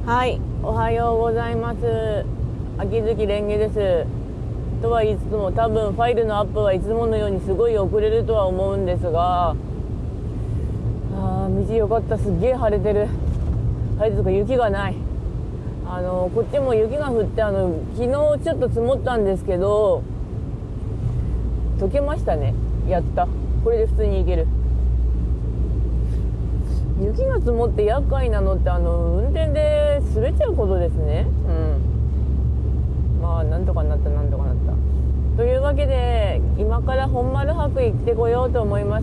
はい、おはようございます。秋月蓮華です。とは言いつつも、多分ファイルのアップはいつものようにすごい遅れるとは思うんですが、道よかった。すっげえ晴れてる。晴れてるか雪がない。こっちも雪が降って、昨日ちょっと積もったんですけど、溶けましたね。やった。これで普通に行ける。雪が積もって厄介なのって運転で滑っちゃうことですね。まあなんとかなった。というわけで今から本丸博行ってこようと思います。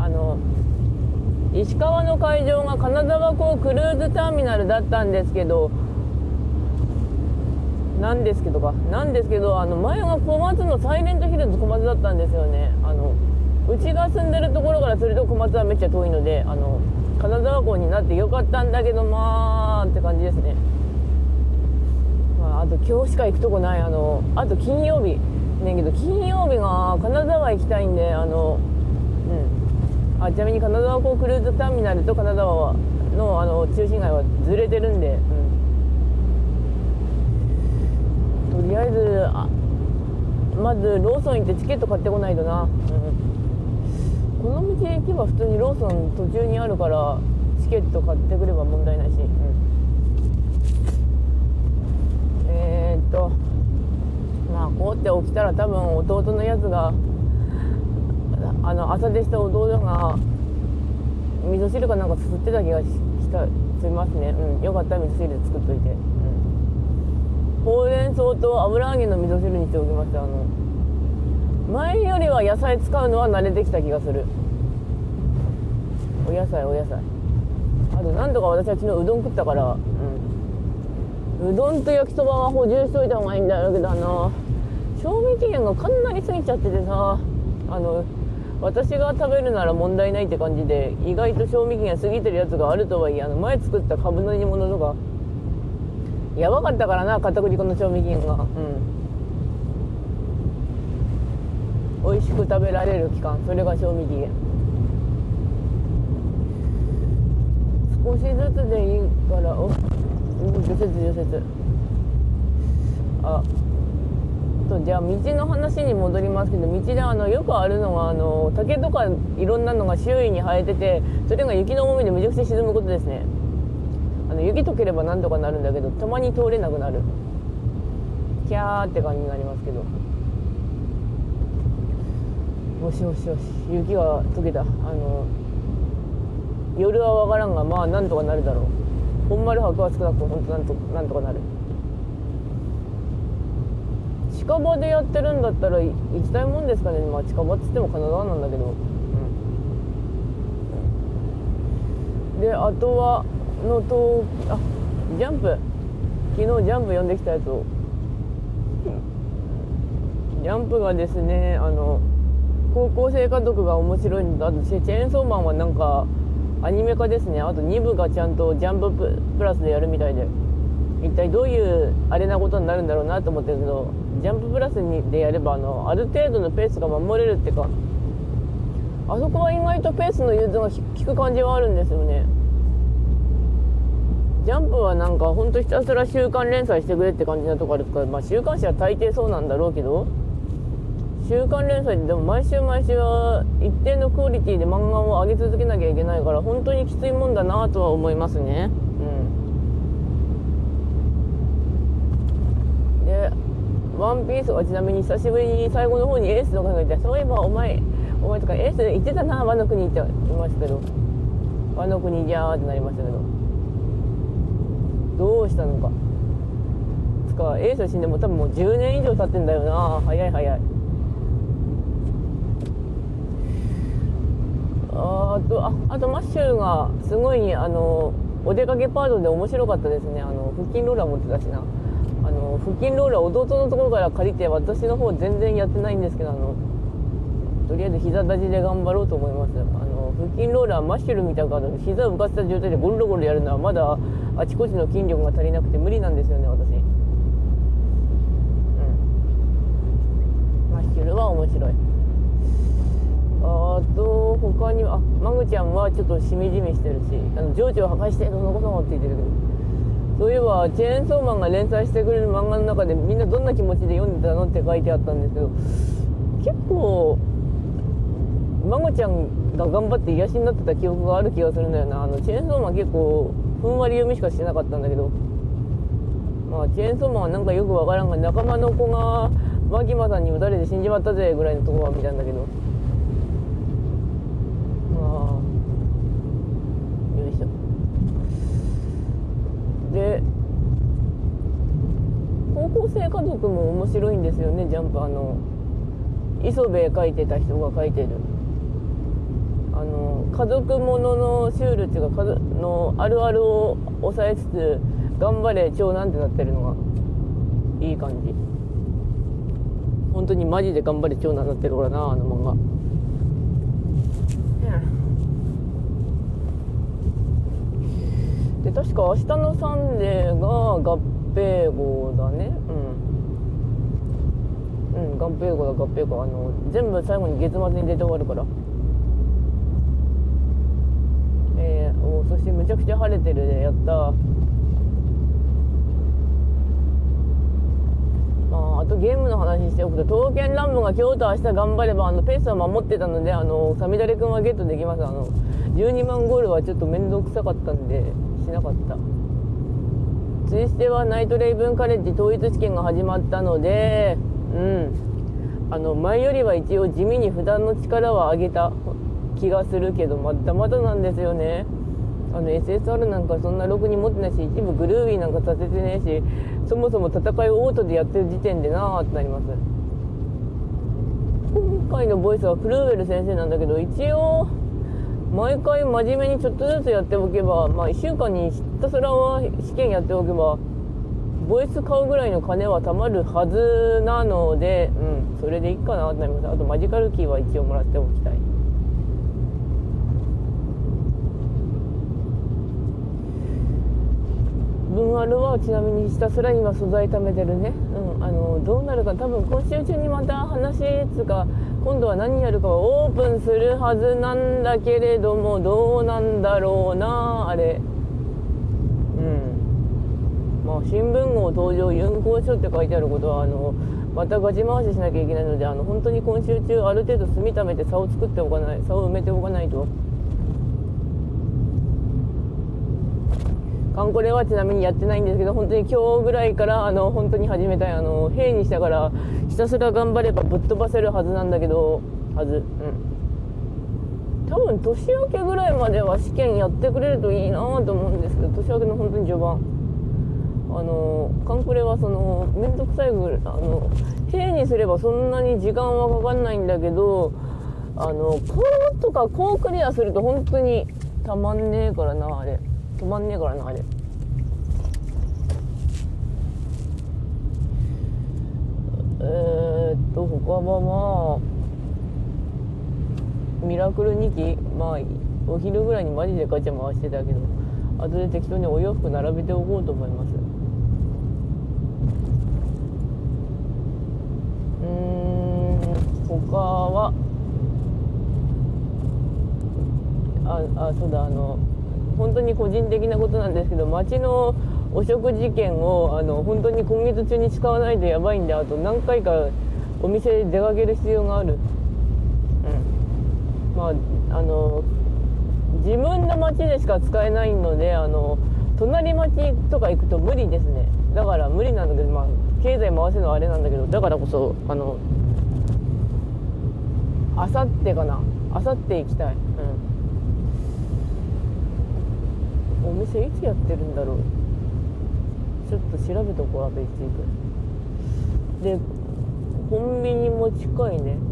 石川の会場が金沢港クルーズターミナルだったんですけど前が小松のサイレントヒルズ小松だったんですよね。うちが住んでるところからすると小松はめっちゃ遠いので金沢港になってよかったんだけどって感じですね。あと今日しか行くとこない。あと金曜日ねんけど、金曜日が金沢行きたいんでちなみに金沢港クルーズターミナルと金沢の中心街はずれてるんで、とりあえずまずローソン行ってチケット買ってこないとな。この道行けば普通にローソン途中にあるからチケット買ってくれば問題ないし、こうって起きたら多分弟のやつが朝出した弟が味噌汁かなんかすすってた気がしますね。よかったら味噌汁作っといて、ほうれん草と油揚げの味噌汁にしておきました。前よりは野菜使うのは慣れてきた気がする。お野菜あとなんとか私は昨日うどん食ったから、うどんと焼きそばは補充しといた方がいいんだろうけど賞味期限がかなり過ぎちゃっててさ、私が食べるなら問題ないって感じで、意外と賞味期限過ぎてるやつがあるとはいえ前作ったカブの煮物とかやばかったからな。片栗粉の賞味期限が美味しく食べられる期間、それが賞味期限。少しずつでいいから除雪じゃあ道の話に戻りますけど、道でよくあるのが竹とかいろんなのが周囲に生えてて、それが雪の重みでめちゃくちゃ沈むことですね。雪溶ければなんとかなるんだけど、たまに通れなくなる。キャーって感じになりますけど、よし雪が溶けた。夜はわからんがなんとかなるだろう。本丸泊は少なくともなんとかなる。近場でやってるんだったら行きたいもんですかね。近場っつっても金沢なんだけど、であとはジャンプ、昨日ジャンプ読んできたやつを、ジャンプがですね高校生家族が面白いのと、あとチェーンソーマンはなんかアニメ化ですね。あと2部がちゃんとジャンププラスでやるみたいで、一体どういうあれなことになるんだろうなと思ってるけど、ジャンププラスでやればある程度のペースが守れるってか、あそこは意外とペースの融通が効く感じはあるんですよね。ジャンプはなんかほんとひたすら週刊連載してくれって感じなとこあるから、週刊誌は大抵そうなんだろうけど、週刊連載でも毎週は一定のクオリティで漫画を上げ続けなきゃいけないから、本当にきついもんだなとは思いますね。でワンピースはちなみに久しぶりに最後の方にエースの方がいて、そういえばお前とかエース言ってたな、ワノ国って言いましたけど、ワノ国じゃーってなりましたけど、どうしたのか。つかエース死んでも多分もう10年以上経ってんだよな。早い。あとマッシュルがすごいお出かけパートで面白かったですね。腹筋ローラー持ってたしな。腹筋ローラー弟のところから借りて、私の方全然やってないんですけど、とりあえず膝立ちで頑張ろうと思います。腹筋ローラーマッシュルみたいな膝を浮かせた状態でゴロゴロやるのはまだあちこちの筋力が足りなくて無理なんですよね、私。マッシュルは面白い。あと他にはマグちゃんはちょっとしみじみしてるし、情緒を破壊してどのこともって言ってるけど、 そういえばチェーンソーマンが連載してくれる漫画の中でみんなどんな気持ちで読んでたのって書いてあったんですけど、結構まごちゃんが頑張って癒しになってた記憶がある気がするんだよな。チェーンソーマン結構ふんわり読みしかしてなかったんだけど、まあチェーンソーマンはなんかよくわからんが、仲間の子がマギマさんに撃たれて死んじまったぜぐらいのところは見たんだけど、まあよいしょ。で高校生家族も面白いんですよね。ジャンプ磯部書いてた人が書いてる家族もののシュールっていうかのあるあるを抑えつつ頑張れ長男ってなってるのがいい感じ。本当にマジで頑張れ長男になってるからな、漫画。で確か明日のサンデーが合併号だね。合併号だ、合併号。全部最後に月末に出て終わるから。そしてむちゃくちゃ晴れてるで、やった。あとゲームの話しておくと、刀剣乱舞が今日と明日頑張ればペースは守ってたので、さみだれくんはゲットできます。12万ゴールはちょっと面倒くさかったんでしなかった。ツイステはナイトレイブンカレッジ統一試験が始まったので、前よりは一応地味に普段の力は上げた気がするけど、まだまだなんですよね。SSR なんかそんなろくに持ってないし、一部グルービーなんかさせてねえし、そもそも戦いをオートでやってる時点でなーってなります。今回のボイスはクルーベル先生なんだけど、一応毎回真面目にちょっとずつやっておけば、1週間にひたすらは試験やっておけばボイス買うぐらいの金は貯まるはずなので、それでいいかなってなります。あとマジカルキーは一応もらっておきたい。文あるはちなみにひたすら今素材貯めてるね。どうなるか、多分今週中にまた話つか今度は何やるかはオープンするはずなんだけれども、どうなんだろうなあれ。新聞号登場運行書って書いてあることはまたガチ回ししなきゃいけないので、本当に今週中ある程度住みためて差を作っておかない、差を埋めておかないと。カンコレはちなみにやってないんですけど、本当に今日ぐらいから本当に始めたい。兵にしたからひたすら頑張ればぶっ飛ばせるはずなんだけど、多分年明けぐらいまでは試験やってくれるといいなと思うんですけど、年明けの本当に序盤カンコレはめんどくさいぐらい兵にすればそんなに時間はかかんないんだけど、こうとかこうクリアすると本当にたまんねえからなあれ。止まんねえからなあれ。他はミラクル2期、お昼ぐらいにマジでガチャ回してたけど、後で適当にお洋服並べておこうと思います。他はそうだ、本当に個人的なことなんですけど、町のお食事券を本当に今月中に使わないとやばいんで、あと何回かお店に出かける必要がある。自分の町でしか使えないので、隣町とか行くと無理ですね。だから無理なんだけど、経済回せるのはあれなんだけど、だからこそあさってかな、あさって行きたい。お店いつやってるんだろう。ちょっと調べとこう。ベイチークでコンビニも近いね。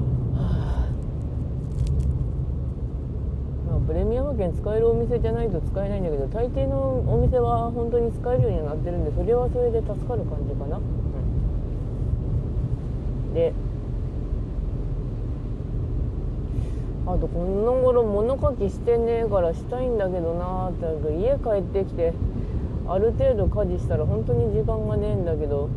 プレミアム券使えるお店じゃないと使えないんだけど、大抵のお店は本当に使えるようになってるんで、それはそれで助かる感じかな。であとこの頃物書きしてねえからしたいんだけどなーって。家帰ってきてある程度家事したら本当に時間がねえんだけど、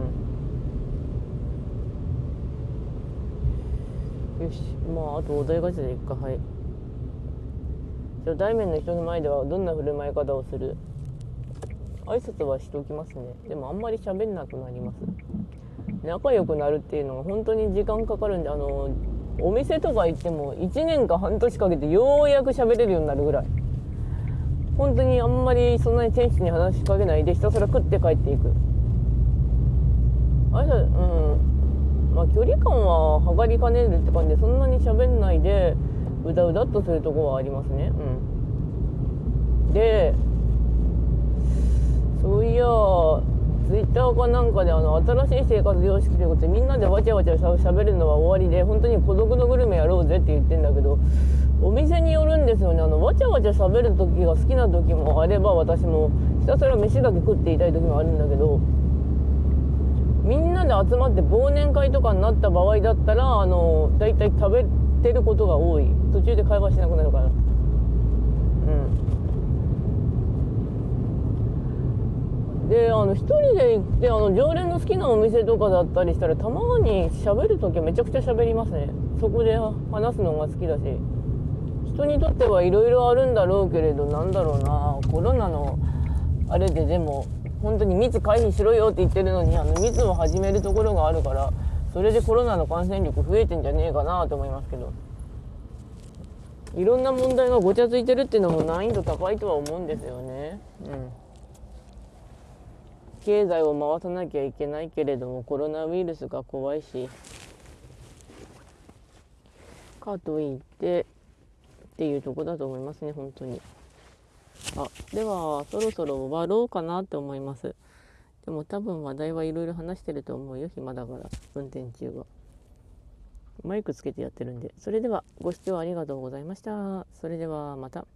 よし、あとお題ガチャでいっか。はい、初対面の人の前ではどんな振る舞い方をする？ 挨拶はしておきますね。でもあんまり喋んなくなります。仲良くなるっていうのが本当に時間かかるんで、お店とか行っても1年か半年かけてようやく喋れるようになるぐらい、本当にあんまりそんなに天使に話しかけないでひたすら食って帰っていく。まあ距離感は測りかねるって感じで、そんなに喋んないでうだうだっとするところはありますね。で、そういやツイッターかなんかで新しい生活様式ということでみんなでわちゃわちゃしゃべるのは終わりで、本当に孤独のグルメやろうぜって言ってんだけど、お店によるんですよね。わちゃわちゃしゃべる時が好きな時もあれば、私もひたすら飯だけ食っていたい時もあるんだけど、みんなで集まって忘年会とかになった場合だったらだいたい食べてることが多い。途中で会話しなくなるから。で一人で行って常連の好きなお店とかだったりしたら、たまに喋るときはめちゃくちゃ喋りますね。そこで話すのが好きだし、人にとってはいろいろあるんだろうけれど、なんだろうな、コロナのあれででも本当に密回避しろよって言ってるのに密を始めるところがあるから、それでコロナの感染力増えてんじゃねえかなと思いますけど、いろんな問題がごちゃついてるっていうのも難易度高いとは思うんですよね。経済を回さなきゃいけないけれども、コロナウイルスが怖いし、かといってっていうとこだと思いますね、本当に。ではそろそろ終わろうかなって思います。でも多分話題はいろいろ話してると思うよ、暇だから。運転中はマイクつけてやってるんで。それではご視聴ありがとうございました。それではまた。